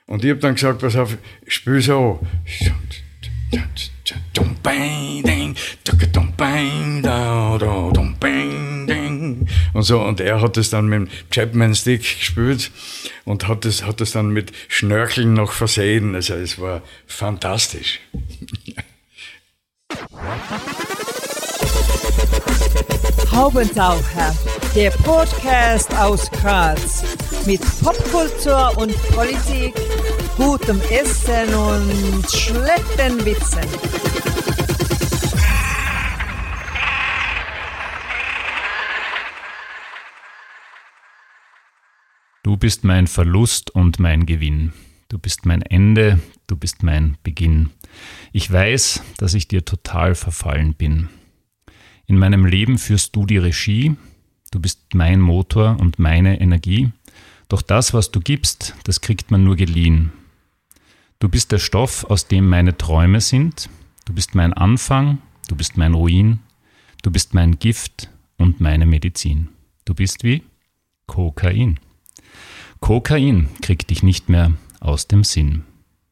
Und ich habe dann gesagt, pass auf, spiel so. Und so, und er hat es dann mit dem Chapman-Stick gespielt und hat es dann mit Schnörkeln noch versehen. Also es war fantastisch. Haubentaucher, der Podcast aus Graz mit Popkultur und Politik, gutem Essen und schlechten Witzen. Du bist mein Verlust und mein Gewinn. Du bist mein Ende, du bist mein Beginn. Ich weiß, dass ich dir total verfallen bin. In meinem Leben führst du die Regie, du bist mein Motor und meine Energie, doch das, was du gibst, das kriegt man nur geliehen. Du bist der Stoff, aus dem meine Träume sind, du bist mein Anfang, du bist mein Ruin, du bist mein Gift und meine Medizin. Du bist wie Kokain. Kokain kriegt dich nicht mehr aus dem Sinn.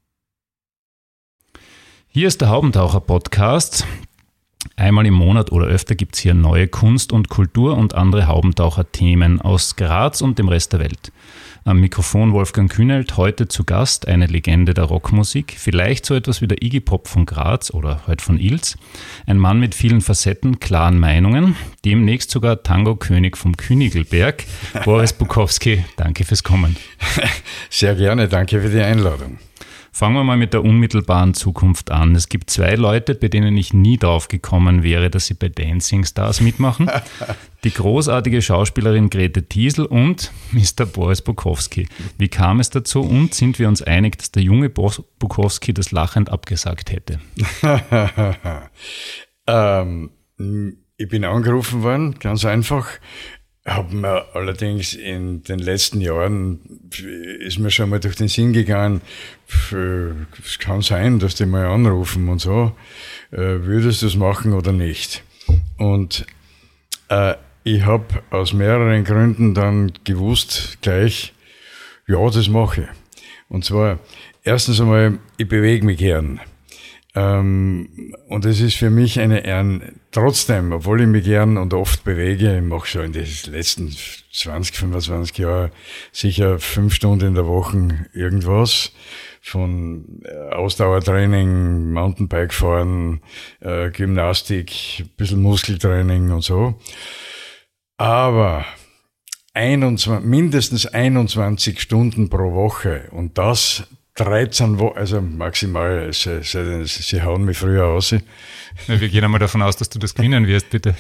Hier ist der Haubentaucher-Podcast. Einmal im Monat oder öfter gibt es hier neue Kunst und Kultur und andere Haubentaucher-Themen aus Graz und dem Rest der Welt. Am Mikrofon Wolfgang Kühnelt, heute zu Gast eine Legende der Rockmusik, vielleicht so etwas wie der Iggy Pop von Graz oder heute von Ilz. Ein Mann mit vielen Facetten, klaren Meinungen, demnächst sogar Tango-König vom Königelberg. Boris Bukowski, danke fürs Kommen. Sehr gerne, danke für die Einladung. Fangen wir mal mit der unmittelbaren Zukunft an. Es gibt zwei Leute, bei denen ich nie drauf gekommen wäre, dass sie bei Dancing Stars mitmachen. Die großartige Schauspielerin Grete Thiesel und Mr. Boris Bukowski. Wie kam es dazu und sind wir uns einig, dass der junge Bukowski das lachend abgesagt hätte? Ich bin angerufen worden, ganz einfach. Habe mir allerdings in den letzten Jahren, ist mir schon mal durch den Sinn gegangen, es kann sein, dass die mal anrufen und so, würdest du es machen oder nicht? Und ich habe aus mehreren Gründen dann gewusst gleich, ja, das mache ich. Und zwar, erstens einmal, ich bewege mich gern. Und es ist für mich trotzdem, obwohl ich mich gern und oft bewege, ich mache schon in den letzten 20, 25 Jahren sicher 5 Stunden in der Woche irgendwas, von Ausdauertraining, Mountainbike fahren, Gymnastik, ein bisschen Muskeltraining und so. Aber mindestens 21 Stunden pro Woche und das 13 Wochen, also maximal, sie hauen mich früher aus. Ja, wir gehen einmal davon aus, dass du das gewinnen wirst, bitte.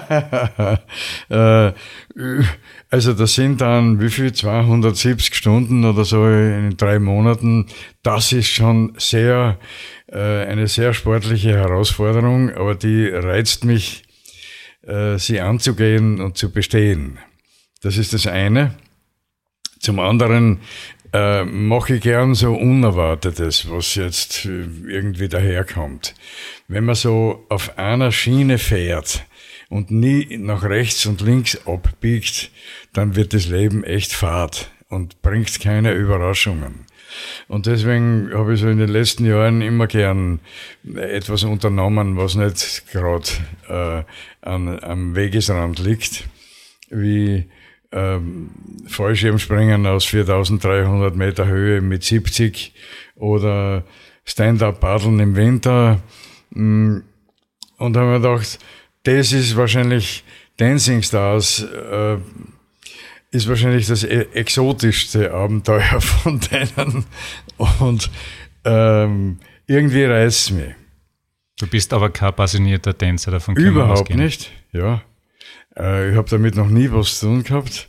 Also das sind dann, wie viel, 270 Stunden oder so in 3 Monaten. Das ist schon eine sehr sportliche Herausforderung, aber die reizt mich, sie anzugehen und zu bestehen. Das ist das eine. Zum anderen mache ich gern so Unerwartetes, was jetzt irgendwie daherkommt. Wenn man so auf einer Schiene fährt und nie nach rechts und links abbiegt, dann wird das Leben echt fad und bringt keine Überraschungen. Und deswegen habe ich so in den letzten Jahren immer gern etwas unternommen, was nicht gerade am Wegesrand liegt, wie Fallschirmspringen aus 4.300 Meter Höhe mit 70 oder Stand-Up-Paddeln im Winter. Und da haben wir gedacht, das ist wahrscheinlich, Dancing Stars ist wahrscheinlich das exotischste Abenteuer von denen. Und irgendwie reizt es mich. Du bist aber kein passionierter Tänzer, davon können wir ausgehen. Überhaupt nicht, ja. Ich habe damit noch nie was zu tun gehabt.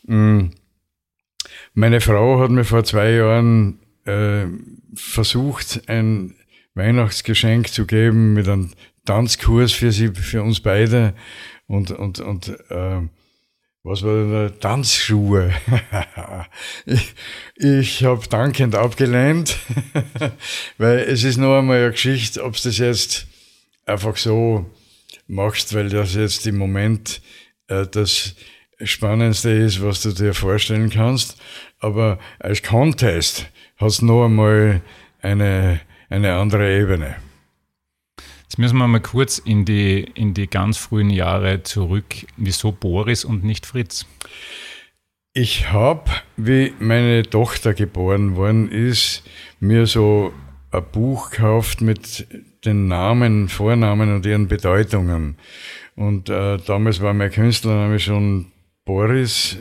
Meine Frau hat mir vor 2 Jahren versucht, ein Weihnachtsgeschenk zu geben mit einem Tanzkurs für uns beide und was war denn da? Tanzschuhe. Ich habe dankend abgelehnt, weil es ist noch einmal eine Geschichte, ob du das jetzt einfach so machst, weil das jetzt im Moment das Spannendste ist, was du dir vorstellen kannst. Aber als Contest hat es noch einmal eine andere Ebene. Jetzt müssen wir mal kurz in die ganz frühen Jahre zurück. Wieso Boris und nicht Fritz? Ich habe, wie meine Tochter geboren worden ist, mir so ein Buch gekauft mit den Namen, Vornamen und ihren Bedeutungen. Und damals war mein Künstlername schon Boris,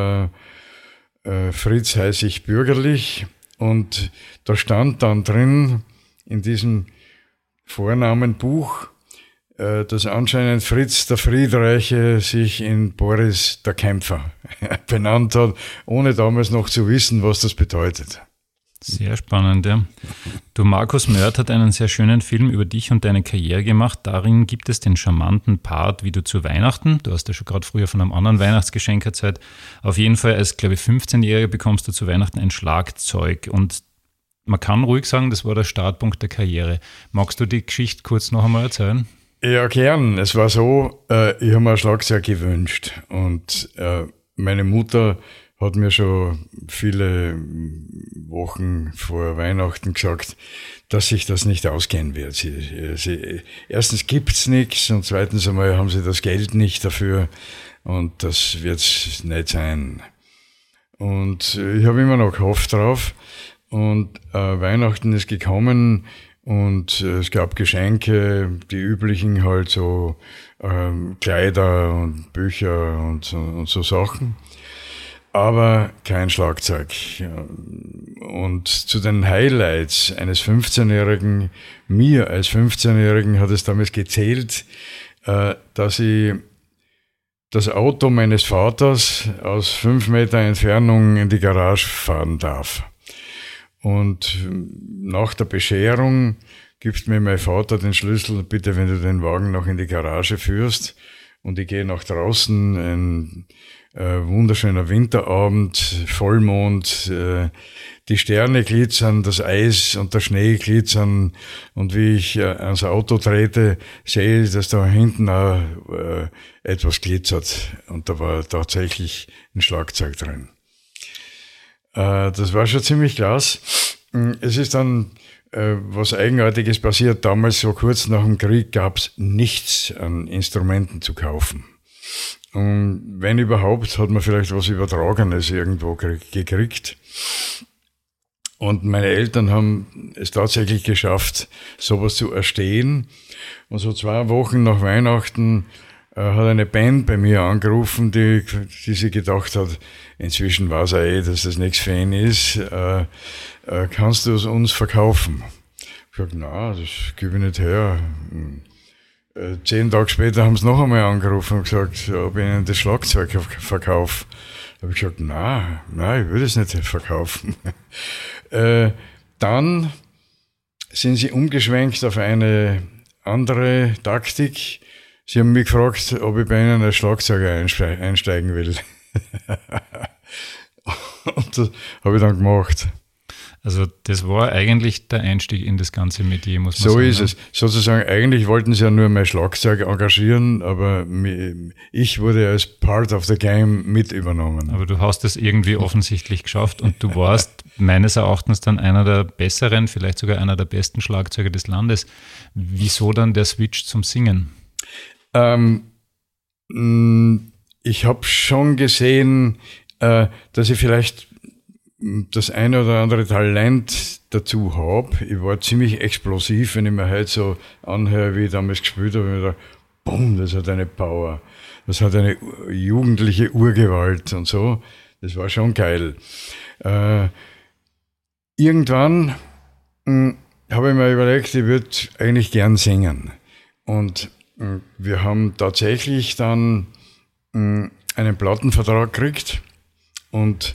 Fritz heiße ich bürgerlich. Und da stand dann drin, in diesem Vornamenbuch, dass anscheinend Fritz der Friedreiche sich in Boris der Kämpfer benannt hat, ohne damals noch zu wissen, was das bedeutet. Sehr spannend, ja. Du, Markus Mörth hat einen sehr schönen Film über dich und deine Karriere gemacht. Darin gibt es den charmanten Part, wie du zu Weihnachten, du hast ja schon gerade früher von einem anderen Weihnachtsgeschenk erzählt, auf jeden Fall als, glaube ich, 15-Jähriger bekommst du zu Weihnachten ein Schlagzeug und man kann ruhig sagen, das war der Startpunkt der Karriere. Magst du die Geschichte kurz noch einmal erzählen? Ja, gern. Es war so, ich habe mir ein Schlagzeug gewünscht und meine Mutter hat mir schon viele Wochen vor Weihnachten gesagt, dass sich das nicht ausgehen wird. Erstens gibt's nichts und zweitens einmal haben sie das Geld nicht dafür und das wird's nicht sein. Und ich habe immer noch gehofft drauf und Weihnachten ist gekommen und es gab Geschenke, die üblichen halt so Kleider und Bücher und so Sachen. Aber kein Schlagzeug. Und zu den Highlights eines 15-Jährigen, mir als 15-Jährigen hat es damals gezählt, dass ich das Auto meines Vaters aus 5 Meter Entfernung in die Garage fahren darf. Und nach der Bescherung gibt mir mein Vater den Schlüssel, bitte, wenn du den Wagen noch in die Garage führst. Und ich gehe nach draußen, ein wunderschöner Winterabend, Vollmond, die Sterne glitzern, das Eis und der Schnee glitzern und wie ich ans Auto trete, sehe ich, dass da hinten auch etwas glitzert und da war tatsächlich ein Schlagzeug drin. Das war schon ziemlich klasse. Es ist dann was Eigenartiges passiert. Damals, so kurz nach dem Krieg, gab es nichts an Instrumenten zu kaufen. Und wenn überhaupt, hat man vielleicht was Übertragenes irgendwo gekriegt. Und meine Eltern haben es tatsächlich geschafft, sowas zu erstehen. Und so 2 Wochen nach Weihnachten hat eine Band bei mir angerufen, die sich gedacht hat, inzwischen weiß er dass das nichts für ihn ist, kannst du es uns verkaufen? Ich habe gesagt, na, das gebe ich nicht her. 10 Tage später haben sie noch einmal angerufen und gesagt, ob ich ihnen das Schlagzeug verkaufe. Da habe ich gesagt, nein, ich würde es nicht verkaufen. Dann sind sie umgeschwenkt auf eine andere Taktik. Sie haben mich gefragt, ob ich bei ihnen als Schlagzeuger einsteigen will. Und das habe ich dann gemacht. Also das war eigentlich der Einstieg in das ganze Metier, muss man sagen. So ist es. Sozusagen, eigentlich wollten sie ja nur mein Schlagzeug engagieren, aber ich wurde als Part of the Game mit übernommen. Aber du hast es irgendwie offensichtlich geschafft und du warst meines Erachtens dann einer der besseren, vielleicht sogar einer der besten Schlagzeuger des Landes. Wieso dann der Switch zum Singen? Ich habe schon gesehen, dass ich vielleicht das eine oder andere Talent dazu habe. Ich war ziemlich explosiv, wenn ich mir heute so anhöre, wie ich damals gespielt habe. Ich dachte, boom, das hat eine Power. Das hat eine jugendliche Urgewalt und so. Das war schon geil. Irgendwann habe ich mir überlegt, ich würde eigentlich gern singen. Und wir haben tatsächlich dann einen Plattenvertrag gekriegt und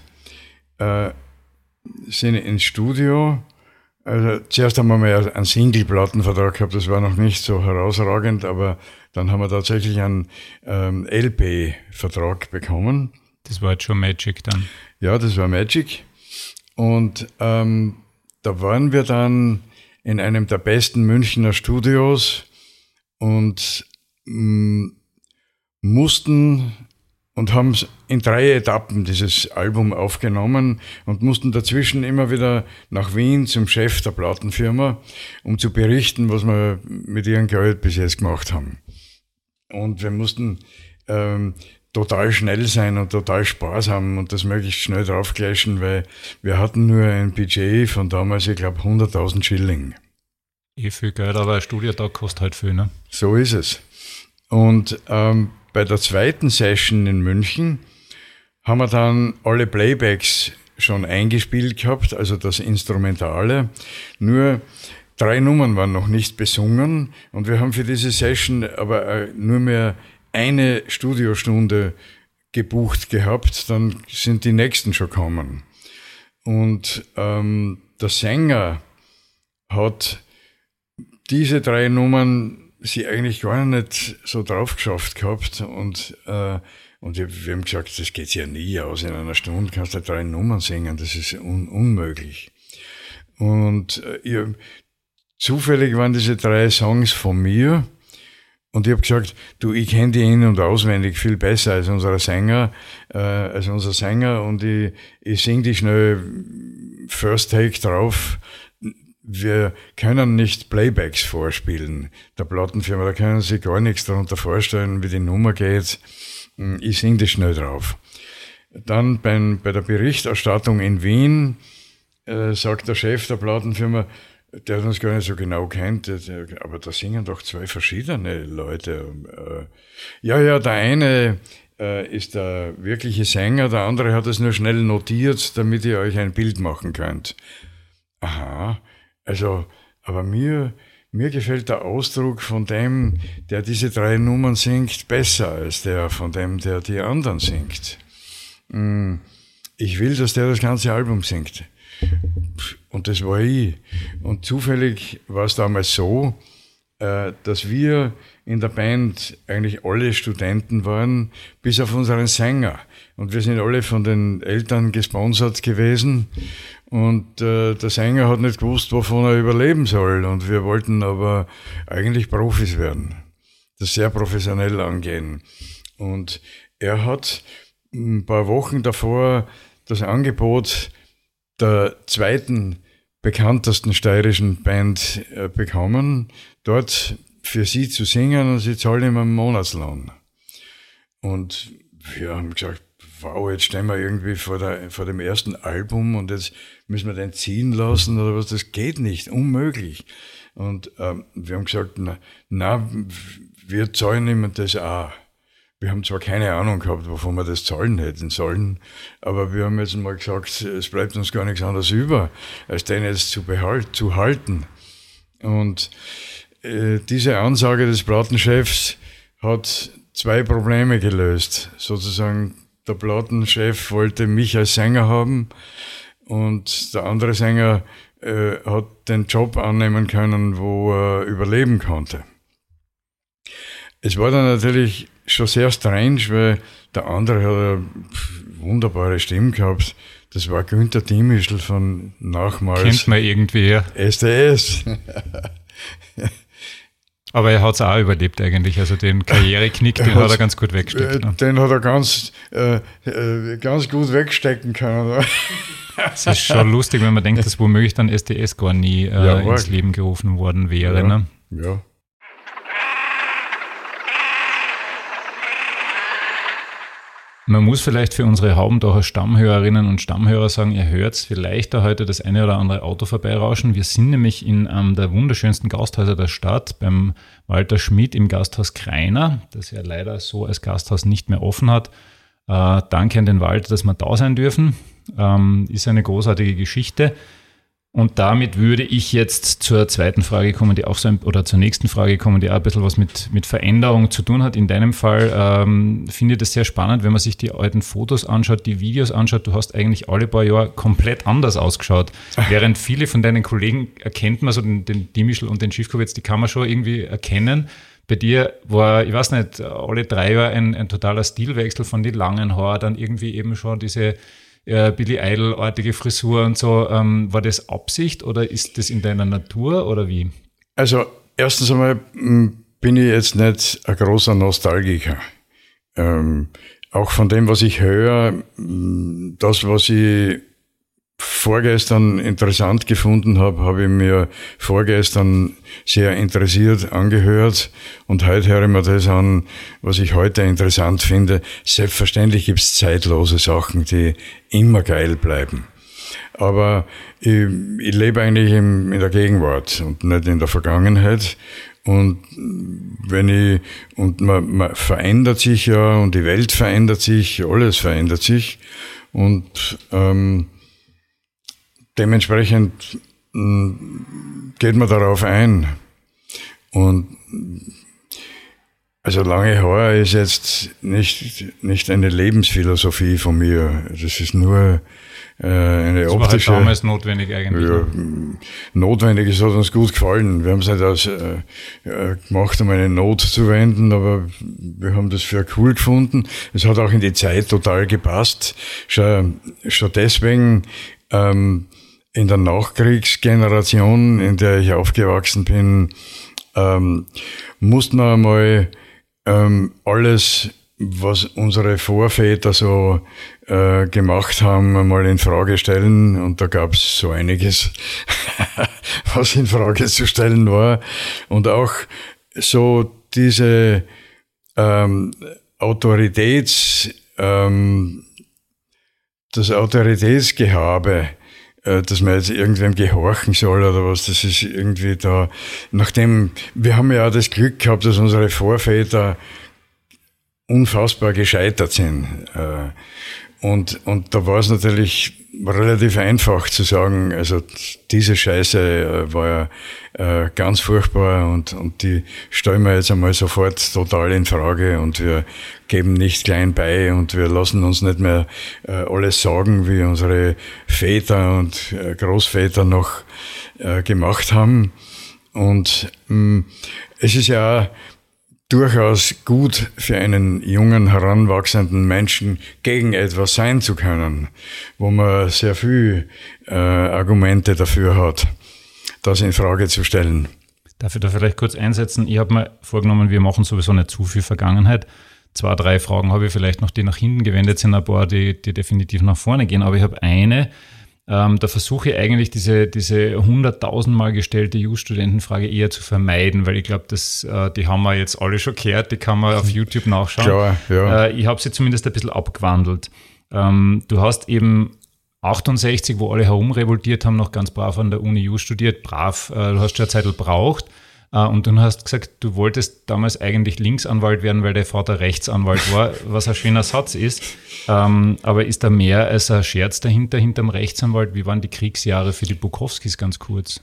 sind ins Studio. Also zuerst haben wir mal einen Single-Plattenvertrag gehabt, das war noch nicht so herausragend, aber dann haben wir tatsächlich einen LP-Vertrag bekommen. Das war jetzt schon Magic dann? Ja, das war Magic. Und da waren wir dann in einem der besten Münchner Studios und mussten und haben in 3 Etappen dieses Album aufgenommen und mussten dazwischen immer wieder nach Wien zum Chef der Plattenfirma, um zu berichten, was wir mit ihrem Geld bis jetzt gemacht haben. Und wir mussten total schnell sein und total Spaß haben und das möglichst schnell draufgleichen, weil wir hatten nur ein Budget von damals, ich glaube, 100.000 Schilling. Viel Geld, aber ein Studiotag kostet halt viel, ne? So ist es. Und bei der zweiten Session in München haben wir dann alle Playbacks schon eingespielt gehabt, also das Instrumentale. Nur 3 Nummern waren noch nicht besungen und wir haben für diese Session aber nur mehr eine Studiostunde gebucht gehabt, dann sind die nächsten schon gekommen. Und der Sänger hat diese 3 Nummern sie eigentlich gar nicht so drauf geschafft gehabt und wir haben gesagt, das geht ja nie aus, in einer Stunde kannst du 3 Nummern singen, das ist unmöglich. Und zufällig waren diese 3 Songs von mir und ich habe gesagt, du, ich kenne die in- und auswendig viel besser als unser Sänger und ich singe die schnell First Take drauf. Wir können nicht Playbacks vorspielen, der Plattenfirma, da können Sie gar nichts darunter vorstellen, wie die Nummer geht. Ich singe das schnell drauf. Dann bei der Berichterstattung in Wien sagt der Chef der Plattenfirma, der uns gar nicht so genau kennt, aber da singen doch 2 verschiedene Leute. Ja, der eine ist der wirkliche Sänger, der andere hat es nur schnell notiert, damit ihr euch ein Bild machen könnt. Aha. Also, aber mir gefällt der Ausdruck von dem, der diese 3 Nummern singt, besser als der von dem, der die anderen singt. Ich will, dass der das ganze Album singt. Und das war ich. Und zufällig war es damals so, dass wir in der Band eigentlich alle Studenten waren, bis auf unseren Sänger. Und wir sind alle von den Eltern gesponsert gewesen. Und der Sänger hat nicht gewusst, wovon er überleben soll. Und wir wollten aber eigentlich Profis werden. Das sehr professionell angehen. Und er hat ein paar Wochen davor das Angebot der zweiten bekanntesten steirischen Band bekommen, dort für sie zu singen und sie zahlen ihm einen Monatslohn. Und wir haben gesagt, wow, jetzt stehen wir irgendwie vor dem ersten Album und jetzt müssen wir den ziehen lassen oder was, das geht nicht, unmöglich. Und wir haben gesagt, na, wir zahlen ihm das auch. Wir haben zwar keine Ahnung gehabt, wovon wir das zahlen hätten sollen, aber wir haben jetzt mal gesagt, es bleibt uns gar nichts anderes über, als den jetzt zu halten. Und diese Ansage des Plattenchefs hat 2 Probleme gelöst. Sozusagen, der Plattenchef wollte mich als Sänger haben und der andere Sänger hat den Job annehmen können, wo er überleben konnte. Es war dann natürlich schon sehr strange, weil der andere hat eine wunderbare Stimme gehabt. Das war Günther Dimischl von Nachmals. Kennt man irgendwie, ja. SDS. Aber er hat es auch überlebt eigentlich, also den Karriereknick, den hat er ganz gut weggesteckt. Ne? Den hat er ganz gut wegstecken können. Es ist schon lustig, wenn man denkt, dass womöglich dann SDS gar nie ins Leben gerufen worden wäre. Ja, ne? Ja. Man muss vielleicht für unsere Haubendacher Stammhörerinnen und Stammhörer sagen, ihr hört vielleicht da heute das eine oder andere Auto vorbeirauschen. Wir sind nämlich in einem der wunderschönsten Gasthäuser der Stadt, beim Walter Schmidt im Gasthaus Krainer, das ja leider so als Gasthaus nicht mehr offen hat. Danke an den Walter, dass wir da sein dürfen. Ist eine großartige Geschichte. Und damit würde ich jetzt zur zweiten Frage kommen, die auch oder zur nächsten Frage kommen, die auch ein bisschen was mit Veränderung zu tun hat. In deinem Fall finde ich das sehr spannend, wenn man sich die alten Fotos anschaut, die Videos anschaut. Du hast eigentlich alle paar Jahre komplett anders ausgeschaut. Während viele von deinen Kollegen erkennt man so den Dimischl und den Schiffkowitz, die kann man schon irgendwie erkennen. Bei dir war, ich weiß nicht, alle 3 Jahre ein totaler Stilwechsel von den langen Haaren, dann irgendwie eben schon diese Billy Idol-artige Frisur und so. War das Absicht oder ist das in deiner Natur oder wie? Also erstens einmal bin ich jetzt nicht ein großer Nostalgiker. auch von dem, was ich höre, das, was ich vorgestern interessant gefunden habe ich mir vorgestern sehr interessiert angehört und heute höre ich mir das an, was ich heute interessant finde. Selbstverständlich gibt es zeitlose Sachen, die immer geil bleiben. Aber ich lebe eigentlich in der Gegenwart und nicht in der Vergangenheit. Und man verändert sich ja und die Welt verändert sich, alles verändert sich und dementsprechend geht man darauf ein. Und also lange Haare ist jetzt nicht eine Lebensphilosophie von mir. Das ist nur eine optische. Das war halt damals notwendig eigentlich. Ja, notwendig, es hat uns gut gefallen. Wir haben es nicht gemacht, um eine Not zu wenden, aber wir haben das für cool gefunden. Es hat auch in die Zeit total gepasst. Schon deswegen, in der Nachkriegsgeneration, in der ich aufgewachsen bin, musste man einmal alles, was unsere Vorväter so gemacht haben, einmal in Frage stellen. Und da gab es so einiges, was in Frage zu stellen war. Und auch so diese das Autoritätsgehabe, dass man jetzt irgendwem gehorchen soll oder was, das ist irgendwie da, wir haben ja auch das Glück gehabt, dass unsere Vorväter unfassbar gescheitert sind. Und da war es natürlich relativ einfach zu sagen, also diese Scheiße war ja ganz furchtbar und die stellen wir jetzt einmal sofort total in Frage und wir geben nicht klein bei und wir lassen uns nicht mehr alles sagen, wie unsere Väter und Großväter noch gemacht haben. Und es ist ja auch durchaus gut für einen jungen, heranwachsenden Menschen gegen etwas sein zu können, wo man sehr viel Argumente dafür hat, das in Frage zu stellen. Darf ich da vielleicht kurz einsetzen? Ich habe mir vorgenommen, wir machen sowieso nicht zu viel Vergangenheit. 2, 3 Fragen habe ich vielleicht noch, die nach hinten gewendet sind, ein paar, die definitiv nach vorne gehen. Aber ich habe eine, da versuche ich eigentlich diese 100.000 Mal gestellte Jus-Studentenfrage eher zu vermeiden, weil ich glaube, die haben wir jetzt alle schon gehört, die kann man auf YouTube nachschauen. Klar, ja. Ich habe sie zumindest ein bisschen abgewandelt. Du hast eben 68, wo alle herumrevoltiert haben, noch ganz brav an der Uni Jus studiert, brav, du hast schon eine Zeit gebraucht. Und du hast gesagt, du wolltest damals eigentlich Linksanwalt werden, weil dein Vater Rechtsanwalt war, was ein schöner Satz ist. Aber ist da mehr als ein Scherz hinterm Rechtsanwalt? Wie waren die Kriegsjahre für die Bukowskis ganz kurz?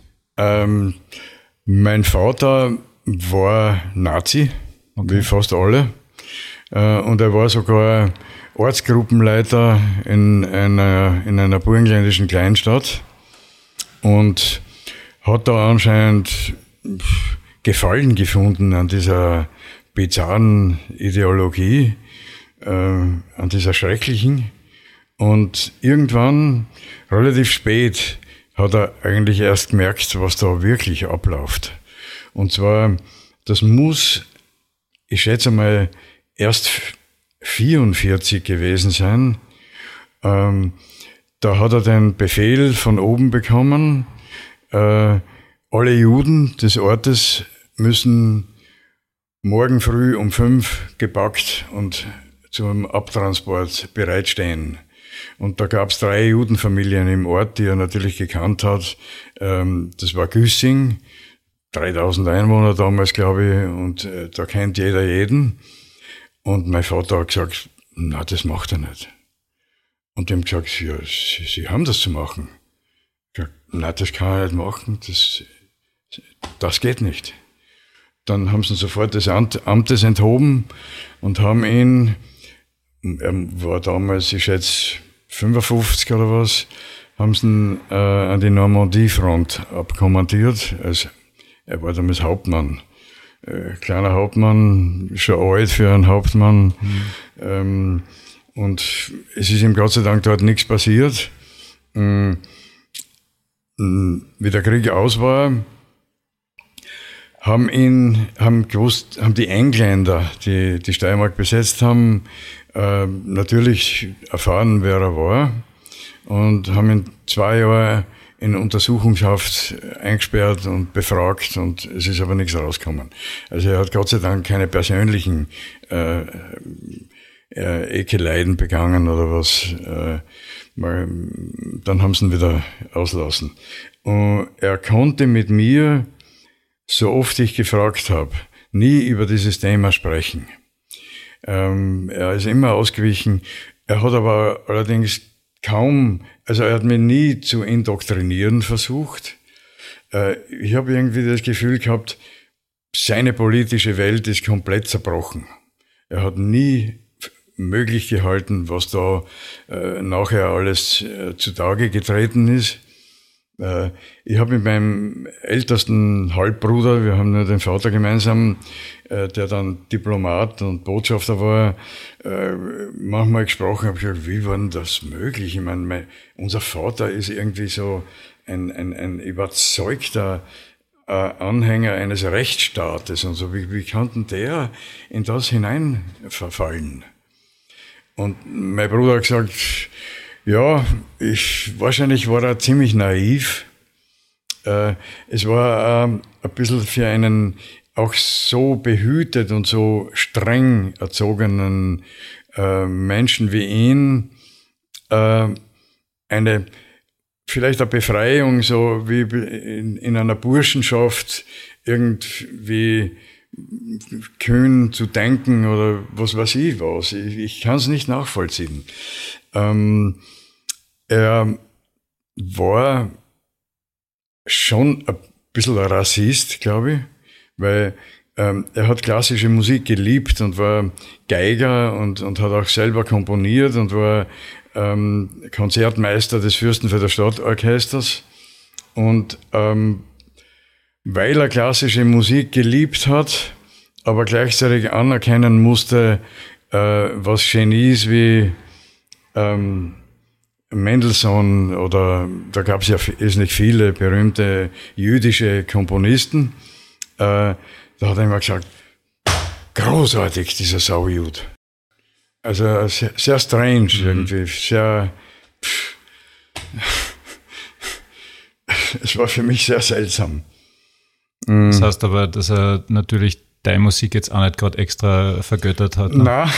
Mein Vater war Nazi, okay, wie fast alle. Und er war sogar Ortsgruppenleiter in einer burgenländischen Kleinstadt und hat da anscheinend Gefallen gefunden an dieser bizarren Ideologie, an dieser schrecklichen. Und irgendwann, relativ spät, hat er eigentlich erst gemerkt, was da wirklich abläuft. Und zwar, das muss, ich schätze mal, erst 44 gewesen sein. Da hat er den Befehl von oben bekommen, alle Juden des Ortes müssen morgen früh um 5 gepackt und zum Abtransport bereitstehen. Und da gab es 3 Judenfamilien im Ort, die er natürlich gekannt hat. Das war Güssing, 3000 Einwohner damals, glaube ich, und da kennt jeder jeden. Und mein Vater hat gesagt, na, das macht er nicht. Und die haben gesagt, ja, Sie haben das zu machen. Ich habe gesagt, nein, das kann er nicht machen, das geht nicht. Dann haben sie ihn sofort des Amtes enthoben und haben ihn, er war damals, ich schätze, 55 oder was, haben sie ihn an die Normandie-Front abkommandiert. Also, er war damals Hauptmann. Kleiner Hauptmann, schon alt für einen Hauptmann. Und es ist ihm Gott sei Dank dort nichts passiert. Wie der Krieg aus war, haben die Engländer, die Steiermark besetzt haben, natürlich erfahren, wer er war, und haben ihn 2 Jahre in Untersuchungshaft eingesperrt und befragt, und es ist aber nichts rausgekommen. Also er hat Gott sei Dank keine persönlichen Ekeleiden begangen oder was. Dann haben sie ihn wieder auslassen. Und er konnte mit mir, so oft ich gefragt habe, nie über dieses Thema sprechen. Er ist immer ausgewichen. Er hat aber allerdings also er hat mich nie zu indoktrinieren versucht. Ich habe irgendwie das Gefühl gehabt, seine politische Welt ist komplett zerbrochen. Er hat nie möglich gehalten, was da nachher alles zutage getreten ist. Ich habe mit meinem ältesten Halbbruder, wir haben nur den Vater gemeinsam, der dann Diplomat und Botschafter war, manchmal gesprochen, habe gesagt, wie war denn das möglich? Ich meine, unser Vater ist irgendwie so ein überzeugter Anhänger eines Rechtsstaates und so. Wie kann denn der in das hinein verfallen? Und mein Bruder hat gesagt, ja, wahrscheinlich war er ziemlich naiv. Es war ein bisschen für einen auch so behütet und so streng erzogenen Menschen wie ihn vielleicht eine Befreiung, so wie in einer Burschenschaft irgendwie kühn zu denken oder was weiß ich was. Ich kann es nicht nachvollziehen. Er war schon ein bisschen ein Rassist, glaube ich, weil er hat klassische Musik geliebt und war Geiger und hat auch selber komponiert und war Konzertmeister des Fürstenfelder Stadtorchesters. Und weil er klassische Musik geliebt hat, aber gleichzeitig anerkennen musste, was Genies wie Mendelssohn oder da gab es ja nicht viele berühmte jüdische Komponisten, da hat er immer gesagt, großartig, dieser Saujud. Also sehr, sehr strange irgendwie, sehr, es war für mich sehr seltsam. Das heißt aber, dass er natürlich deine Musik jetzt auch nicht gerade extra vergöttert hat. Ne? Nein.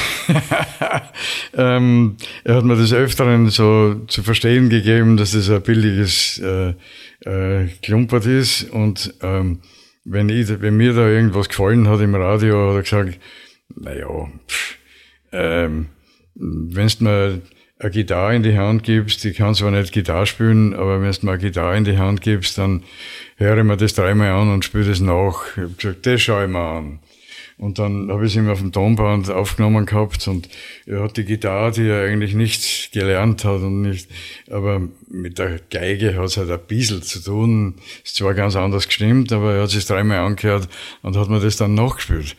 Er hat mir des Öfteren so zu verstehen gegeben, dass das ein billiges Klumpert ist. Und wenn mir da irgendwas gefallen hat im Radio, hat er gesagt, naja, wenn du mir eine Gitarre in die Hand gibst, ich kann zwar nicht Gitarre spielen, aber wenn du mir eine Gitarre in die Hand gibst, dann höre ich mir das 3-mal an und spiele das nach. Ich habe gesagt, das schaue ich mir an. Und dann habe ich es ihm auf dem Tonband aufgenommen gehabt und er hat die Gitarre, die er eigentlich nicht gelernt hat und nicht, aber mit der Geige hat es halt ein bisschen zu tun. Ist zwar ganz anders gestimmt, aber er hat es 3-mal angehört und hat mir das dann nachgespielt.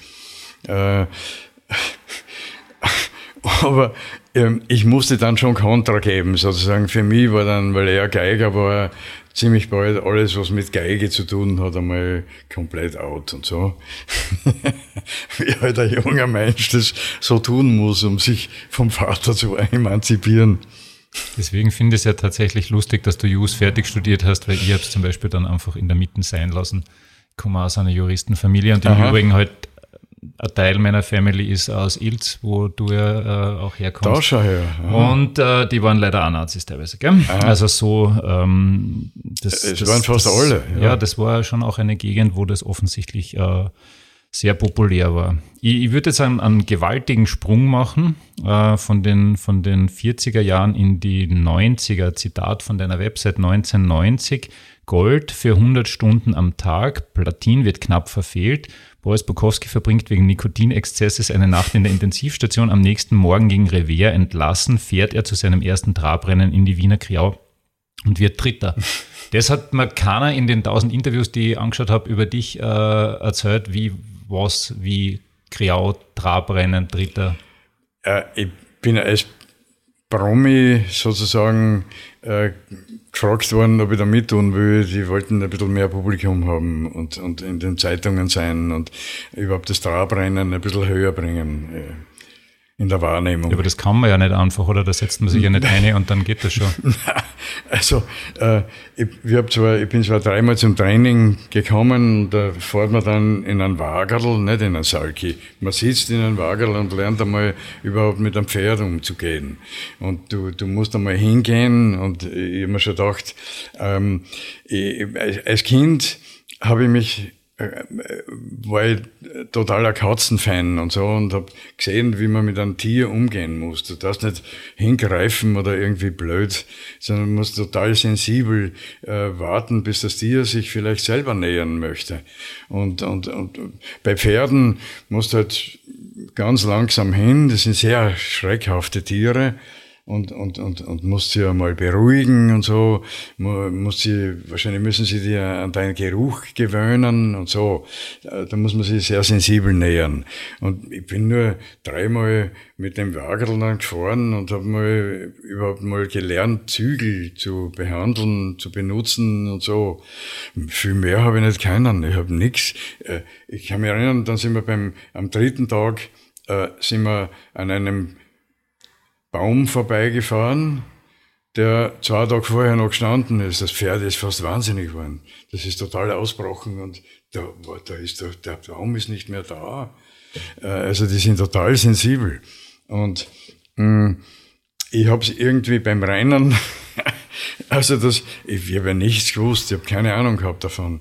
Aber ich musste dann schon Kontra geben, sozusagen. Für mich war dann, weil er Geiger war, ziemlich bald alles, was mit Geige zu tun hat, einmal komplett out und so. Wie halt ein junger Mensch das so tun muss, um sich vom Vater zu emanzipieren. Deswegen finde ich es ja tatsächlich lustig, dass du Jus fertig studiert hast, weil ich habe es zum Beispiel dann einfach in der Mitte sein lassen. Ich komme aus einer Juristenfamilie und im Übrigen halt ein Teil meiner Family ist aus Ilz, wo du ja auch herkommst. Da schau her. Und die waren leider auch Nazis teilweise, gell? Also so, es waren fast alle. Ja, das war schon auch eine Gegend, wo das offensichtlich sehr populär war. Ich würde jetzt einen gewaltigen Sprung machen von den 40er Jahren in die 90er. Zitat von deiner Website 1990. Gold für 100 Stunden am Tag, Platin wird knapp verfehlt. Boris Bukowski verbringt wegen Nikotinexzesses eine Nacht in der Intensivstation. Am nächsten Morgen gegen Revers entlassen, fährt er zu seinem ersten Trabrennen in die Wiener Kriau und wird Dritter. Das hat mir keiner in den 1000 Interviews, die ich angeschaut habe, über dich erzählt, wie Kriau, Trabrennen, Dritter. Ich bin als Promi sozusagen gefragt worden, ob ich da mittun will. Die wollten ein bisschen mehr Publikum haben und in den Zeitungen sein und überhaupt das Trabrennen ein bisschen höher bringen. in der Wahrnehmung. Ja, aber das kann man ja nicht einfach, oder? Da setzt man sich ja nicht rein und dann geht das schon. Also, ich bin zwar 3-mal zum Training gekommen, da fährt man dann in einen Wagerl, nicht in einen Salki. Man sitzt in einem Wagerl und lernt einmal überhaupt mit einem Pferd umzugehen. Und du musst einmal hingehen, und ich habe mir schon gedacht, als Kind habe ich mich war ich totaler Katzenfan und so, und habe gesehen, wie man mit einem Tier umgehen muss. Du darfst nicht hingreifen oder irgendwie blöd, sondern du musst total sensibel warten, bis das Tier sich vielleicht selber nähern möchte. Und bei Pferden musst du halt ganz langsam hin. Das sind sehr schreckhafte Tiere. Und musst sie ja mal beruhigen und so, wahrscheinlich müssen sie dir an deinen Geruch gewöhnen und so. Da muss man sich sehr sensibel nähern. Und ich bin nur 3-mal mit dem Wagerl dann gefahren und habe überhaupt mal gelernt, Zügel zu behandeln, zu benutzen und so. Viel mehr habe ich nicht können. Ich habe nichts. Ich kann mich erinnern, dann sind wir am 3. Tag, sind wir an einem Baum vorbeigefahren, der 2 Tage vorher noch gestanden ist. Das Pferd ist fast wahnsinnig geworden. Das ist total ausgebrochen, und der Baum ist nicht mehr da. Also die sind total sensibel. Und ich habe es irgendwie beim Rennen, also ich habe ja nichts gewusst, ich habe keine Ahnung gehabt davon.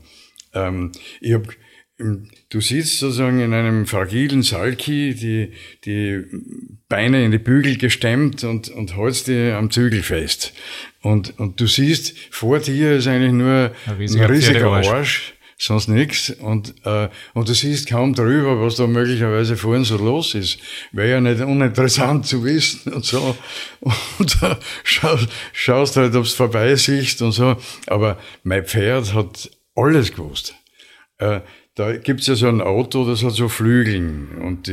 Du sitzt sozusagen in einem fragilen Salki, die Beine in die Bügel gestemmt und hältst die am Zügel fest. Und du siehst, vor dir ist eigentlich nur ein riesiger Arsch, sonst nichts. Und du siehst kaum drüber, was da möglicherweise vorhin so los ist. Wäre ja nicht uninteressant zu wissen und so. Und schaust halt, ob's vorbei siehst und so. Aber mein Pferd hat alles gewusst. Da gibt's ja so ein Auto, das hat so Flügeln, und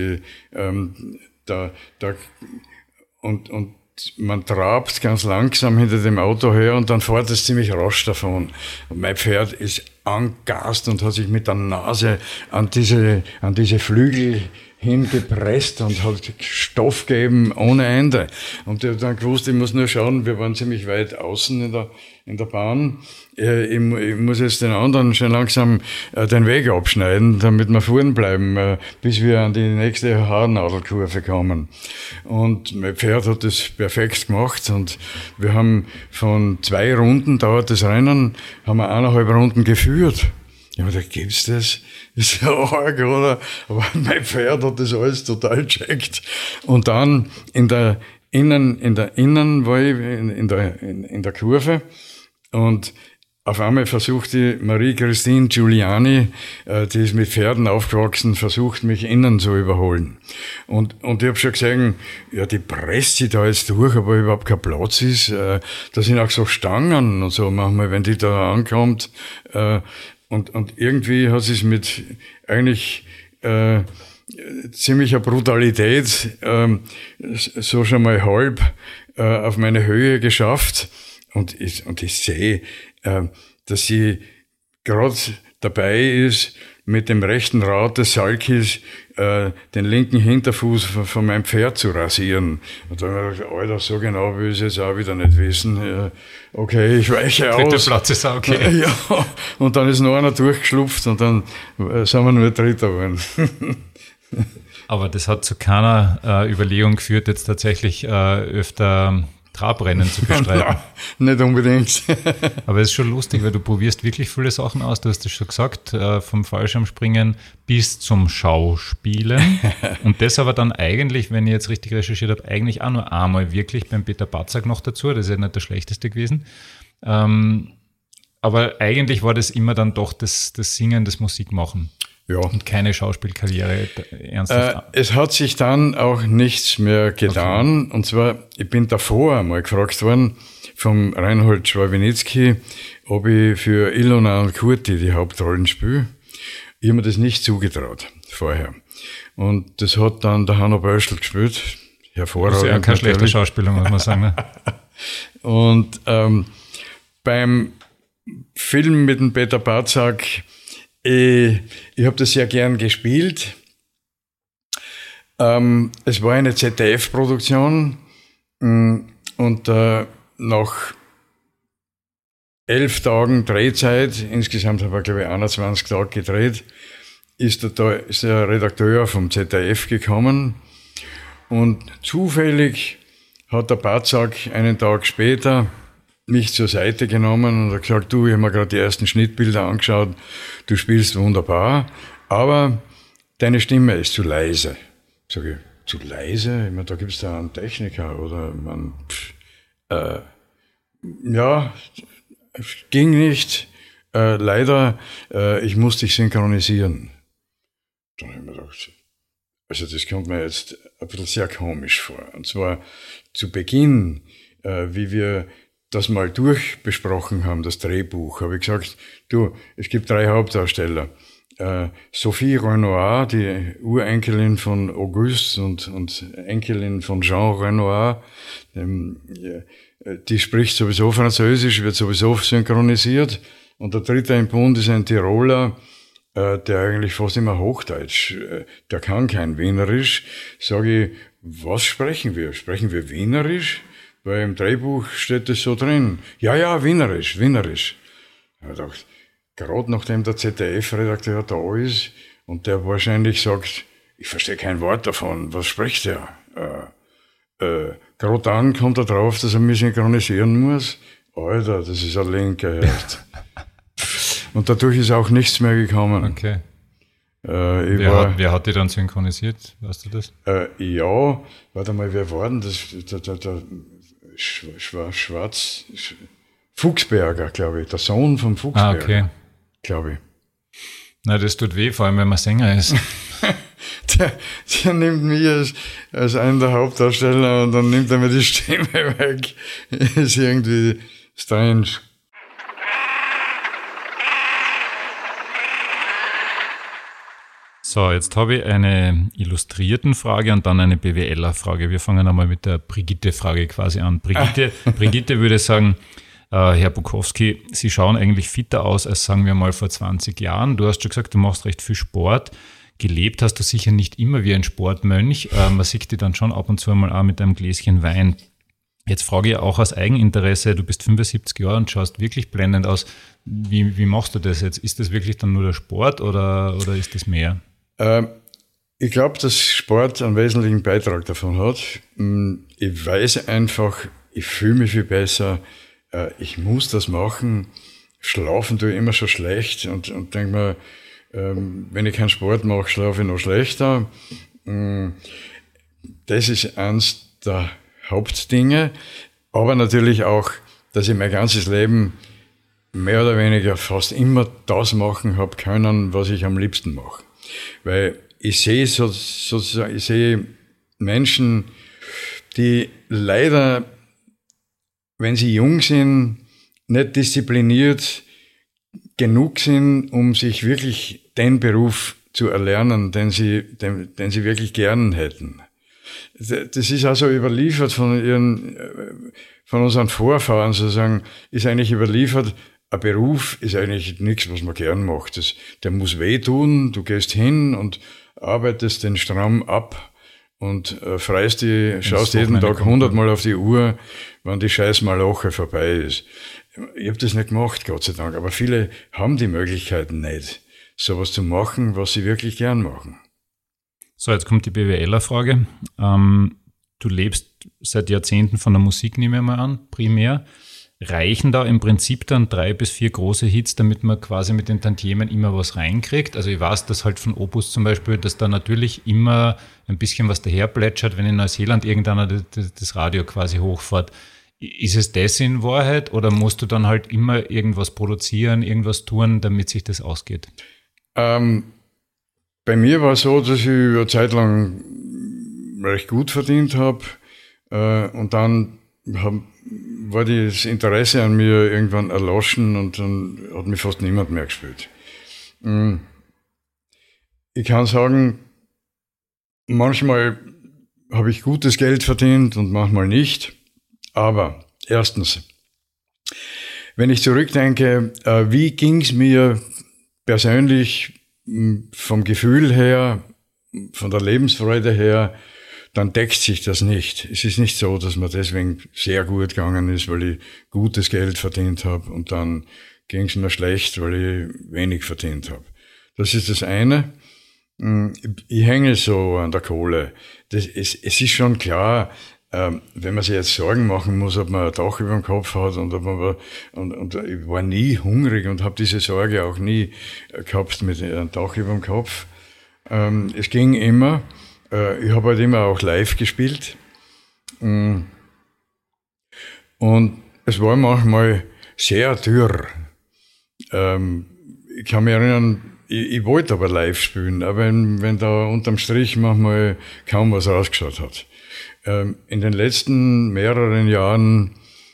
und man trabt ganz langsam hinter dem Auto her, und dann fährt es ziemlich rasch davon. Und mein Pferd ist angast und hat sich mit der Nase an diese Flügel hingepresst und hat Stoff gegeben ohne Ende. Und ich habe dann gewusst, ich muss nur schauen, wir waren ziemlich weit außen in der Bahn. Ich muss jetzt den anderen schon langsam den Weg abschneiden, damit wir vorn bleiben, bis wir an die nächste Haarnadelkurve kommen. Und mein Pferd hat das perfekt gemacht, und wir haben von 2 Runden, dauert das Rennen, haben wir 1,5 Runden geführt. Ja, da gibt's das. Das ist ja arg, oder? Aber mein Pferd hat das alles total checkt. Und dann in der Innen war ich in der Kurve, und auf einmal versucht die Marie-Christine Giuliani, die ist mit Pferden aufgewachsen, versucht mich innen zu überholen. Und ich habe schon gesehen, ja, die presst sich da jetzt durch, aber überhaupt kein Platz ist. Da sind auch so Stangen und so manchmal, wenn die da ankommt. Und irgendwie hat sie es mit eigentlich ziemlicher Brutalität so schon mal halb auf meine Höhe geschafft. Und ich sehe, dass sie gerade dabei ist, mit dem rechten Rad des Salkis den linken Hinterfuß von meinem Pferd zu rasieren. Und dann habe ich gedacht, Alter, so genau will ich es jetzt auch wieder nicht wissen. Okay, ich weiche aus. Dritter Platz ist auch okay. Ja, und dann ist noch einer durchgeschlupft, und dann sind wir nur Dritter geworden. Aber das hat zu keiner Überlegung geführt, jetzt tatsächlich öfter Trabrennen zu bestreiten. Nein, nicht unbedingt. Aber es ist schon lustig, weil du probierst wirklich viele Sachen aus. Du hast es schon gesagt, vom Fallschirmspringen bis zum Schauspielen. Und das aber dann eigentlich, wenn ich jetzt richtig recherchiert habe, eigentlich auch nur einmal wirklich beim Peter Batzak noch dazu. Das ist ja nicht das Schlechteste gewesen. Aber eigentlich war das immer dann doch das Singen, das Musikmachen. Ja. Und keine Schauspielkarriere ernsthaft. Es hat sich dann auch nichts mehr getan. Okay. Und zwar, ich bin davor mal gefragt worden vom Reinhold Schwabinitzky, ob ich für Ilona und Kurti die Hauptrollen spiele. Ich habe mir das nicht zugetraut vorher. Und das hat dann der Hanno Böschl gespielt. Hervorragend. Das ist ja kein schlechter Schauspieler, muss man sagen. Ne? Und beim Film mit dem Peter Batzak, ich habe das sehr gern gespielt. Es war eine ZDF-Produktion und nach 11 Tagen Drehzeit, insgesamt habe ich glaube ich 21 Tage gedreht, ist der Redakteur vom ZDF gekommen und zufällig hat der Batzak einen Tag später mich zur Seite genommen und hat gesagt, du, ich habe mir gerade die ersten Schnittbilder angeschaut, du spielst wunderbar, aber deine Stimme ist zu leise. Sag ich, zu leise? Ich meine, da gibt es da einen Techniker oder ja, ging nicht. Leider, ich muss dich synchronisieren. Dann habe ich mir gedacht, also das kommt mir jetzt ein bisschen sehr komisch vor. Und zwar zu Beginn, wie wir das mal durchbesprochen haben, das Drehbuch, habe ich gesagt, du, es gibt 3 Hauptdarsteller. Sophie Renoir, die Urenkelin von Auguste und Enkelin von Jean Renoir, die spricht sowieso Französisch, wird sowieso synchronisiert. Und der dritte im Bund ist ein Tiroler, der eigentlich fast immer Hochdeutsch, der kann kein Wienerisch. Sage ich, was sprechen wir? Sprechen wir Wienerisch? Weil im Drehbuch steht es so drin. Ja, Wienerisch. Ich habe gedacht, gerade nachdem der ZDF-Redakteur da ist und der wahrscheinlich sagt, ich verstehe kein Wort davon, was spricht der? Gerade dann kommt er drauf, dass er mich synchronisieren muss. Alter, das ist ein Linker. Und dadurch ist auch nichts mehr gekommen. Okay. Wer hat die dann synchronisiert? Weißt du das? Ja, warte mal, wer war denn das? Der Fuchsberger, glaube ich. Der Sohn vom Fuchsberger. Okay. Glaube ich. Na, das tut weh, vor allem wenn man Sänger ist. der nimmt mich als einen der Hauptdarsteller und dann nimmt er mir die Stimme weg. Ist irgendwie strange. So, jetzt habe ich eine illustrierten Frage und dann eine BWLer-Frage. Wir fangen einmal mit der Brigitte-Frage quasi an. Brigitte würde sagen, Herr Bukowski, Sie schauen eigentlich fitter aus als, sagen wir mal, vor 20 Jahren. Du hast schon gesagt, du machst recht viel Sport. Gelebt hast du sicher nicht immer wie ein Sportmönch. Man sieht dich dann schon ab und zu einmal auch mit einem Gläschen Wein. Jetzt frage ich auch aus Eigeninteresse, du bist 75 Jahre und schaust wirklich blendend aus. Wie machst du das jetzt? Ist das wirklich dann nur der Sport oder ist das mehr? Ich glaube, dass Sport einen wesentlichen Beitrag davon hat. Ich weiß einfach, ich fühle mich viel besser. Ich muss das machen. Schlafen tue ich immer schon schlecht und denke mir, wenn ich keinen Sport mache, schlafe ich noch schlechter. Das ist eins der Hauptdinge. Aber natürlich auch, dass ich mein ganzes Leben mehr oder weniger fast immer das machen habe können, was ich am liebsten mache. Weil ich sehe sozusagen, ich sehe Menschen, die leider, wenn sie jung sind, nicht diszipliniert genug sind, um sich wirklich den Beruf zu erlernen, den sie wirklich gern hätten. Das ist also überliefert von unseren Vorfahren sozusagen, ist eigentlich überliefert. Ein Beruf ist eigentlich nichts, was man gern macht. Der muss wehtun, du gehst hin und arbeitest den stramm ab und schaust jeden Tag 100-mal auf die Uhr, wann die scheiß Maloche vorbei ist. Ich habe das nicht gemacht, Gott sei Dank, aber viele haben die Möglichkeiten nicht, sowas zu machen, was sie wirklich gern machen. So, jetzt kommt die BWLer-Frage. Du lebst seit Jahrzehnten von der Musik, nehme ich mal an, primär. Reichen da im Prinzip dann 3 bis 4 große Hits, damit man quasi mit den Tantiemen immer was reinkriegt? Also ich weiß, dass halt von Opus zum Beispiel, dass da natürlich immer ein bisschen was daherplätschert, wenn in Neuseeland irgendeiner das Radio quasi hochfährt. Ist es das in Wahrheit oder musst du dann halt immer irgendwas produzieren, irgendwas tun, damit sich das ausgeht? Bei mir war es so, dass ich eine Zeit lang recht gut verdient habe und dann war das Interesse an mir irgendwann erloschen und dann hat mich fast niemand mehr gespielt. Ich kann sagen, manchmal habe ich gutes Geld verdient und manchmal nicht. Aber erstens, wenn ich zurückdenke, wie ging es mir persönlich vom Gefühl her von der Lebensfreude her, dann deckt sich das nicht. Es ist nicht so, dass mir deswegen sehr gut gegangen ist, weil ich gutes Geld verdient habe und dann ging es mir schlecht, weil ich wenig verdient habe. Das ist das eine. Ich hänge so an der Kohle. Es ist schon klar, wenn man sich jetzt Sorgen machen muss, ob man ein Dach über dem Kopf hat und ich war nie hungrig und habe diese Sorge auch nie gehabt mit einem Dach über dem Kopf. Es ging immer. Ich habe halt immer auch live gespielt. Und es war manchmal sehr dürr. Ich kann mich erinnern, ich wollte aber live spielen, aber wenn da unterm Strich manchmal kaum was rausgeschaut hat. In den letzten mehreren Jahren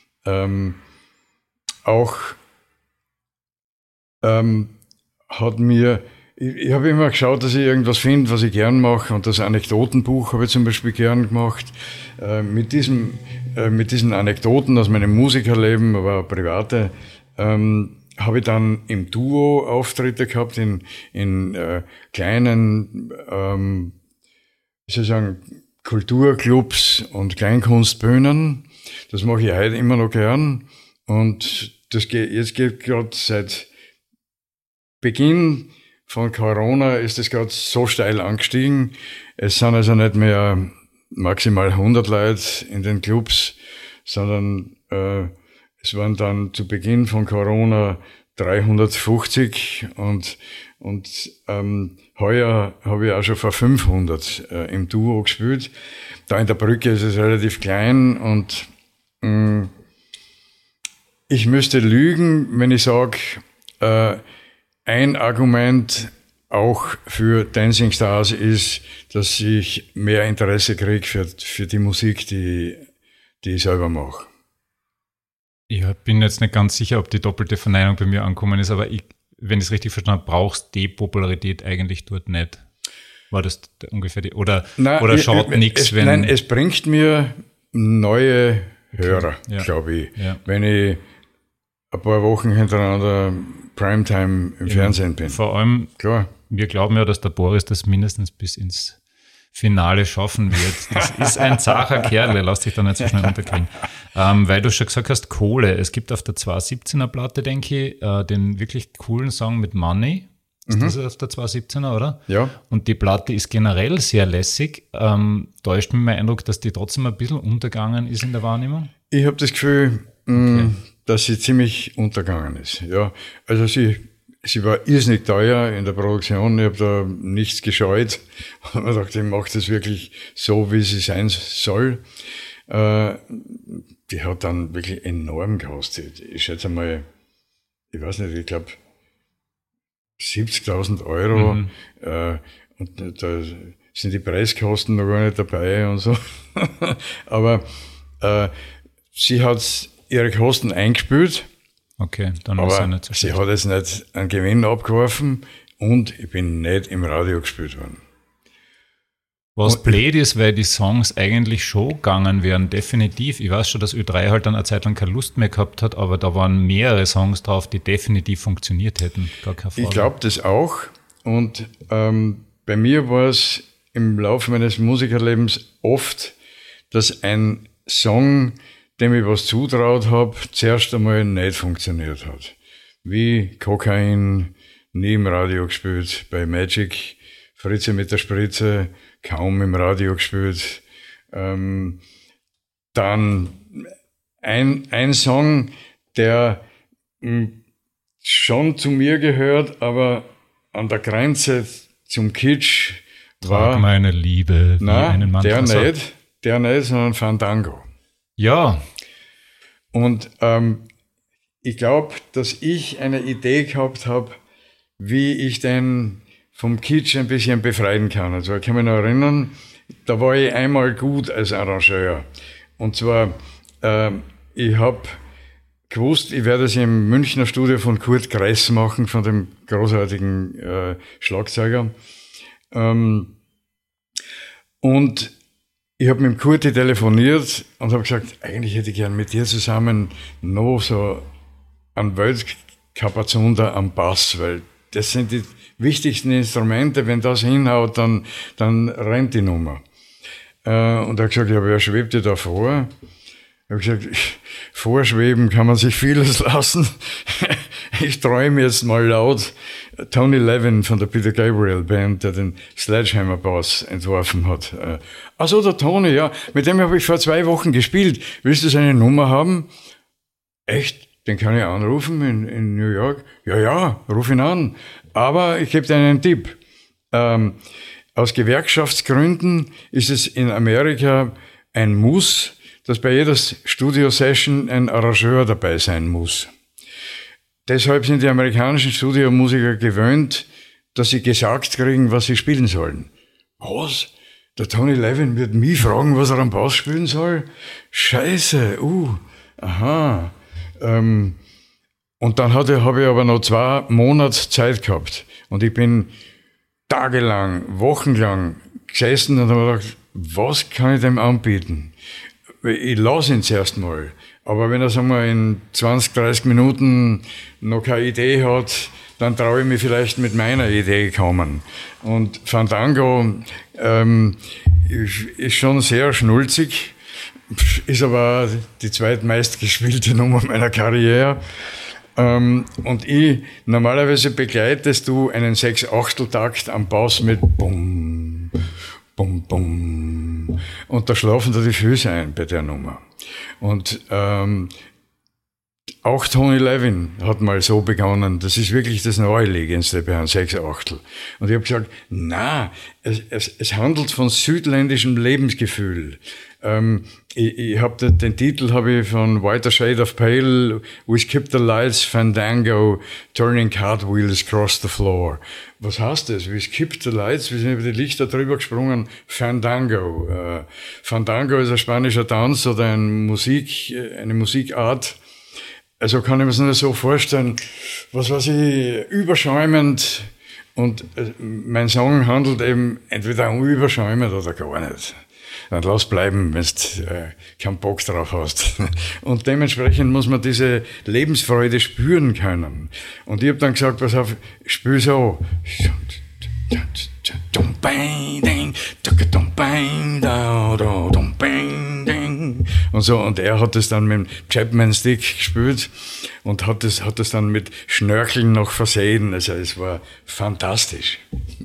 hat mir, ich habe immer geschaut, dass ich irgendwas finde, was ich gern mache, und das Anekdotenbuch habe ich zum Beispiel gern gemacht. Mit diesen Anekdoten aus meinem Musikerleben, aber auch private, habe ich dann im Duo Auftritte gehabt in kleinen, wie soll ich sagen, Kulturclubs und Kleinkunstbühnen. Das mache ich heute immer noch gern. Und jetzt geht gerade seit Beginn von Corona ist es gerade so steil angestiegen. Es sind also nicht mehr maximal 100 Leute in den Clubs, sondern es waren dann zu Beginn von Corona 350 und heuer habe ich auch schon vor 500 im Duo gespielt. Da in der Brücke ist es relativ klein und ich müsste lügen, wenn ich sage, ein Argument auch für Dancing Stars ist, dass ich mehr Interesse kriege für die Musik, die ich selber mache. Ich bin jetzt nicht ganz sicher, ob die doppelte Verneinung bei mir angekommen ist, aber wenn ich es richtig verstanden habe, brauchst du die Popularität eigentlich dort nicht. War das ungefähr die, oder schaut nichts, wenn... Nein, es bringt mir neue Hörer, glaube ich. Ja. Wenn ich ein paar Wochen hintereinander Primetime im Fernsehen bin. Vor allem, klar. Wir glauben ja, dass der Boris das mindestens bis ins Finale schaffen wird. Das ist ein zacher Kerl, lass dich da nicht so schnell unterkriegen. Weil du schon gesagt hast, Kohle. Es gibt auf der 217er Platte, denke ich, den wirklich coolen Song mit Money. Ist das auf der 217er, oder? Ja. Und die Platte ist generell sehr lässig. Täuscht mir mein Eindruck, dass die trotzdem ein bisschen untergegangen ist in der Wahrnehmung? Ich habe das Gefühl, dass sie ziemlich untergegangen ist. Ja, also sie war irrsinnig teuer in der Produktion. Ich habe da nichts gescheut. Ich dachte, ich mache das wirklich so, wie sie sein soll. Die hat dann wirklich enorm gekostet. Ich schätze mal, ich weiß nicht, ich glaube 70.000 Euro. Und da sind die Preiskosten noch gar nicht dabei und so. Aber sie hat ihre Kosten eingespielt. Okay, dann aber ist er nicht so schlecht. Sie hat jetzt nicht einen Gewinn abgeworfen und ich bin nicht im Radio gespielt worden. Was blöd ist, weil die Songs eigentlich schon gegangen wären, definitiv. Ich weiß schon, dass Ö3 halt dann eine Zeit lang keine Lust mehr gehabt hat, aber da waren mehrere Songs drauf, die definitiv funktioniert hätten. Gar keine Frage. Ich glaube das auch. Und bei mir war es im Laufe meines Musikerlebens oft, dass ein Song, dem ich was zutraut habe, zuerst einmal nicht funktioniert hat. Wie Kokain, nie im Radio gespielt, bei Magic, Fritze mit der Spritze, kaum im Radio gespielt. Dann ein Song, der schon zu mir gehört, aber an der Grenze zum Kitsch war... Trag meine Liebe, wie einen Mann. Der nicht, sondern Fandango. Ja. Und ich glaube, dass ich eine Idee gehabt habe, wie ich den vom Kitsch ein bisschen befreien kann. Also ich kann mich noch erinnern, da war ich einmal gut als Arrangeur. Und zwar, ich habe gewusst, ich werde es im Münchner Studio von Kurt Kress machen, von dem großartigen Schlagzeuger. Und ich habe mit dem Kurti telefoniert und habe gesagt, eigentlich hätte ich gern mit dir zusammen noch so einen Weltkapazunder am Bass, weil das sind die wichtigsten Instrumente. Wenn das hinhaut, dann rennt die Nummer. Und er hat gesagt, ja, wer schwebt dir da vor? Ich habe gesagt, vorschweben kann man sich vieles lassen. Ich träume jetzt mal laut. Tony Levin von der Peter Gabriel Band, der den Sledgehammer Bass entworfen hat. Ach so, der Tony, ja. Mit dem habe ich vor 2 Wochen gespielt. Willst du seine Nummer haben? Echt? Den kann ich anrufen in New York? Ja, ruf ihn an. Aber ich gebe dir einen Tipp. Aus Gewerkschaftsgründen ist es in Amerika ein Muss, dass bei jeder Studio-Session ein Arrangeur dabei sein muss. Deshalb sind die amerikanischen Studiomusiker gewöhnt, dass sie gesagt kriegen, was sie spielen sollen. Was? Der Tony Levin wird mich fragen, was er am Bass spielen soll? Scheiße, aha. Und dann habe ich aber noch 2 Monate Zeit gehabt. Und ich bin tagelang, wochenlang gesessen und habe gedacht, was kann ich dem anbieten? Ich lasse ihn zuerst mal. Aber wenn er, sagen wir, in 20, 30 Minuten noch keine Idee hat, dann traue ich mich vielleicht mit meiner Idee kommen. Und Fandango ist schon sehr schnulzig, ist aber die zweitmeistgespielte Nummer meiner Karriere. Und normalerweise begleitest du einen 6/8-Takt am Bass mit Bum, Bum, Bum. Und da schlafen da die Füße ein bei der Nummer. Und auch Tony Levin hat mal so begonnen. Das ist wirklich das Neulegendste bei einem 6/8. Und ich habe gesagt, es handelt von südländischem Lebensgefühl. Ich habe den Titel habe ich von Whiter Shade of Pale, We Skip the Lights, Fandango, Turning Cartwheels Across the Floor. Was heißt das? We Skip the Lights, wir sind über die Lichter drüber gesprungen, Fandango. Fandango ist ein spanischer Tanz oder eine Musikart. Also kann ich mir das nur so vorstellen, was weiß ich, überschäumend. Und mein Song handelt eben entweder um überschäumend oder gar nicht. Dann lass bleiben, wenn du keinen Bock drauf hast. Und dementsprechend muss man diese Lebensfreude spüren können. Und ich habe dann gesagt, pass auf, spiel so. Und so, und er hat es dann mit dem Chapman-Stick gespielt und hat es dann mit Schnörkeln noch versehen. Also es war fantastisch.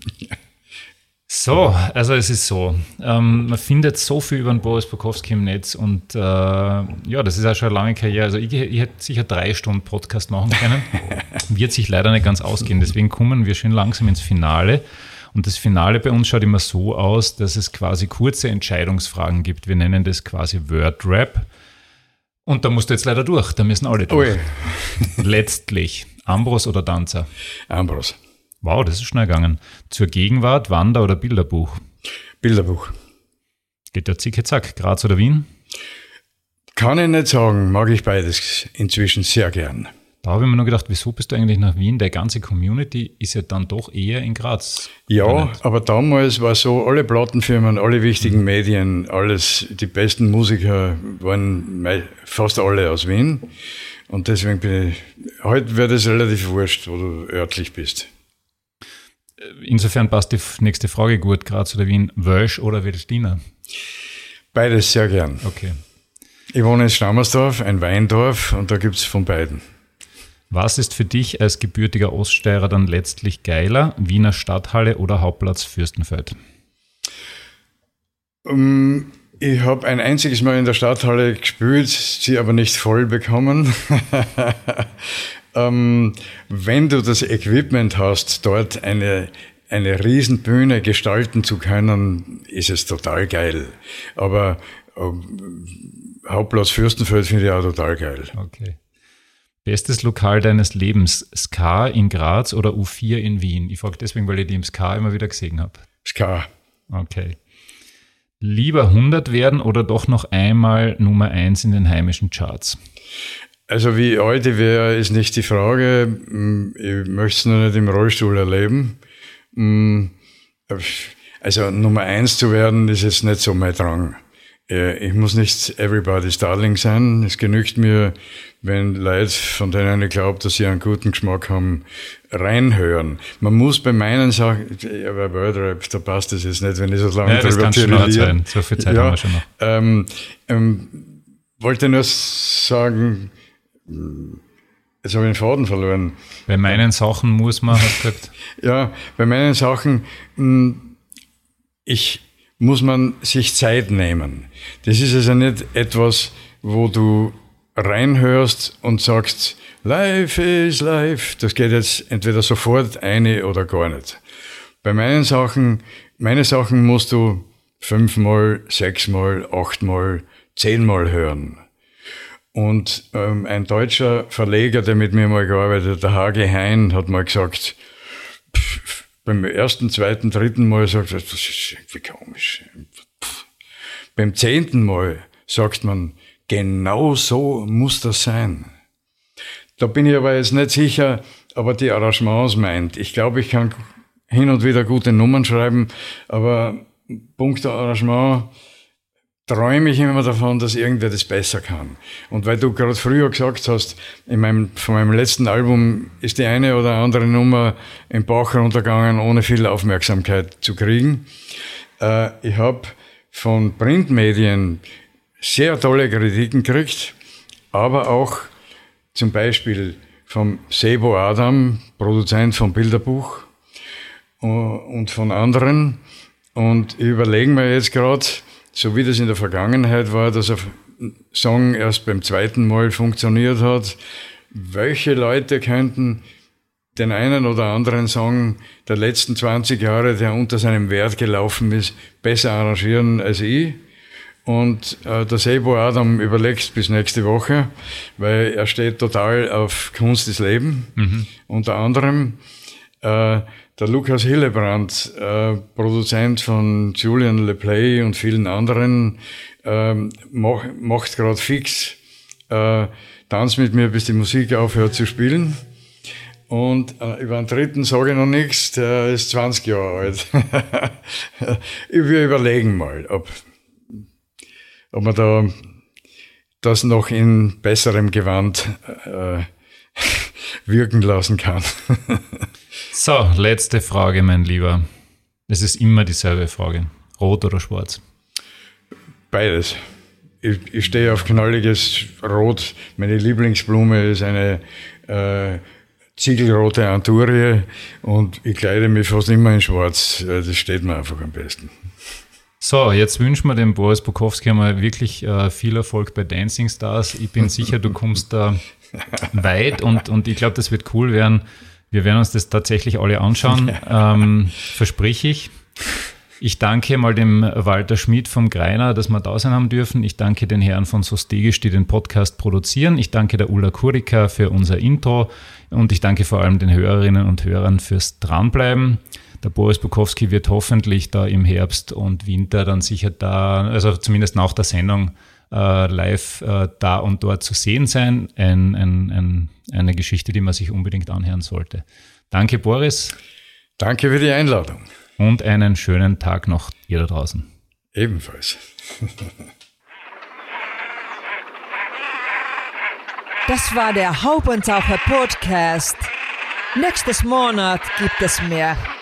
So, also es ist so, man findet so viel über den Boris Bukowski im Netz und ja, das ist auch schon eine lange Karriere. Also ich hätte sicher 3 Stunden Podcast machen können, wird sich leider nicht ganz ausgehen. Deswegen kommen wir schön langsam ins Finale. Und das Finale bei uns schaut immer so aus, dass es quasi kurze Entscheidungsfragen gibt. Wir nennen das quasi Word-Rap. Und da musst du jetzt leider durch, da müssen alle durch. Oh. Letztlich, Ambros oder Danzer? Ambros. Wow, das ist schnell gegangen. Zur Gegenwart, Wander- oder Bilderbuch? Bilderbuch. Geht der Zicke-Zack, Graz oder Wien? Kann ich nicht sagen, mag ich beides inzwischen sehr gern. Da habe ich mir nur gedacht, wieso bist du eigentlich nach Wien? Die ganze Community ist ja dann doch eher in Graz. Ja, aber damals war so, alle Plattenfirmen, alle wichtigen Medien, alles, die besten Musiker waren fast alle aus Wien. Und deswegen heute wäre das relativ wurscht, wo du örtlich bist. Insofern passt die nächste Frage gut, Graz oder Wien, Wölsch oder Weltliner? Beides sehr gern. Okay. Ich wohne in Stammersdorf, ein Weindorf, und da gibt's von beiden. Was ist für dich als gebürtiger Oststeirer dann letztlich geiler, Wiener Stadthalle oder Hauptplatz Fürstenfeld? Ich habe ein einziges Mal in der Stadthalle gespielt, sie aber nicht voll bekommen. Wenn du das Equipment hast, dort eine Riesenbühne gestalten zu können, ist es total geil. Aber Hauptplatz Fürstenfeld finde ich auch total geil. Okay. Bestes Lokal deines Lebens, Ska in Graz oder U4 in Wien? Ich frage deswegen, weil ich die im Ska immer wieder gesehen habe. Ska. Okay. Lieber 100 werden oder doch noch einmal Nummer 1 in den heimischen Charts? Also wie alt ich wäre, ist nicht die Frage. Ich möchte es nur nicht im Rollstuhl erleben. Also Nummer 1 zu werden, ist jetzt nicht so mein Drang. Ich muss nicht everybody's darling sein. Es genügt mir, wenn Leute, von denen ich glaube, dass sie einen guten Geschmack haben, reinhören. Man muss bei meinen Sachen, bei Wordrap, da passt es jetzt nicht, wenn ich so lange drüber tiradiere. So viel Zeit haben wir schon noch. Wollte nur sagen, jetzt habe ich den Faden verloren. Bei meinen Sachen muss man, hast du gesagt. Ja, bei meinen Sachen, muss man sich Zeit nehmen. Das ist also nicht etwas, wo du reinhörst und sagst, life is life. Das geht jetzt entweder sofort eine oder gar nicht. Bei meine Sachen musst du 5-mal, 6-mal, 8-mal, 10-mal hören. Und ein deutscher Verleger, der mit mir mal gearbeitet hat, der Hage Hein, hat mal gesagt, beim ersten, zweiten, dritten Mal sagt er, das ist irgendwie komisch. Beim 10. Mal sagt man, genau so muss das sein. Da bin ich aber jetzt nicht sicher, aber die Arrangements meint. Ich glaube, ich kann hin und wieder gute Nummern schreiben, aber Punkt der Arrangement träume ich immer davon, dass irgendwer das besser kann. Und weil du gerade früher gesagt hast, von meinem letzten Album ist die eine oder andere Nummer im Bach runtergegangen, ohne viel Aufmerksamkeit zu kriegen. Ich habe von Printmedien sehr tolle Kritiken gekriegt, aber auch zum Beispiel vom Sebo Adam, Produzent vom Bilderbuch, und von anderen. Und ich überlege mir jetzt gerade, so wie das in der Vergangenheit war, dass ein Song erst beim 2. Mal funktioniert hat, welche Leute könnten den einen oder anderen Song der letzten 20 Jahre, der unter seinem Wert gelaufen ist, besser arrangieren als ich. Und der Sebo Adam überlegt bis nächste Woche, weil er steht total auf Kunst des Lebens. Unter anderem der Lukas Hillebrand, Produzent von Julian LePlay und vielen anderen, macht gerade fix Tanz mit mir, bis die Musik aufhört zu spielen. Und über einen dritten sage ich noch nichts, der ist 20 Jahre alt. Wir überlegen mal, ob man da das noch in besserem Gewand wirken lassen kann. So, letzte Frage, mein Lieber. Es ist immer dieselbe Frage. Rot oder schwarz? Beides. Ich stehe auf knalliges Rot. Meine Lieblingsblume ist eine ziegelrote Anturie und ich kleide mich fast immer in schwarz. Das steht mir einfach am besten. So, jetzt wünschen wir dem Boris Bukowski einmal wirklich viel Erfolg bei Dancing Stars. Ich bin sicher, du kommst da weit und ich glaube, das wird cool werden. Wir werden uns das tatsächlich alle anschauen, versprich ich. Ich danke mal dem Walter Schmidt vom Greiner, dass wir da sein haben dürfen. Ich danke den Herren von Sostegisch, die den Podcast produzieren. Ich danke der Ulla Kurika für unser Intro und ich danke vor allem den Hörerinnen und Hörern fürs Dranbleiben. Der Boris Bukowski wird hoffentlich da im Herbst und Winter dann sicher da, also zumindest nach der Sendung, live da und dort zu sehen sein. Eine Geschichte, die man sich unbedingt anhören sollte. Danke, Boris. Danke für die Einladung. Und einen schönen Tag noch ihr da draußen. Ebenfalls. Das war der Haubentaucher Podcast. Nächstes Monat gibt es mehr.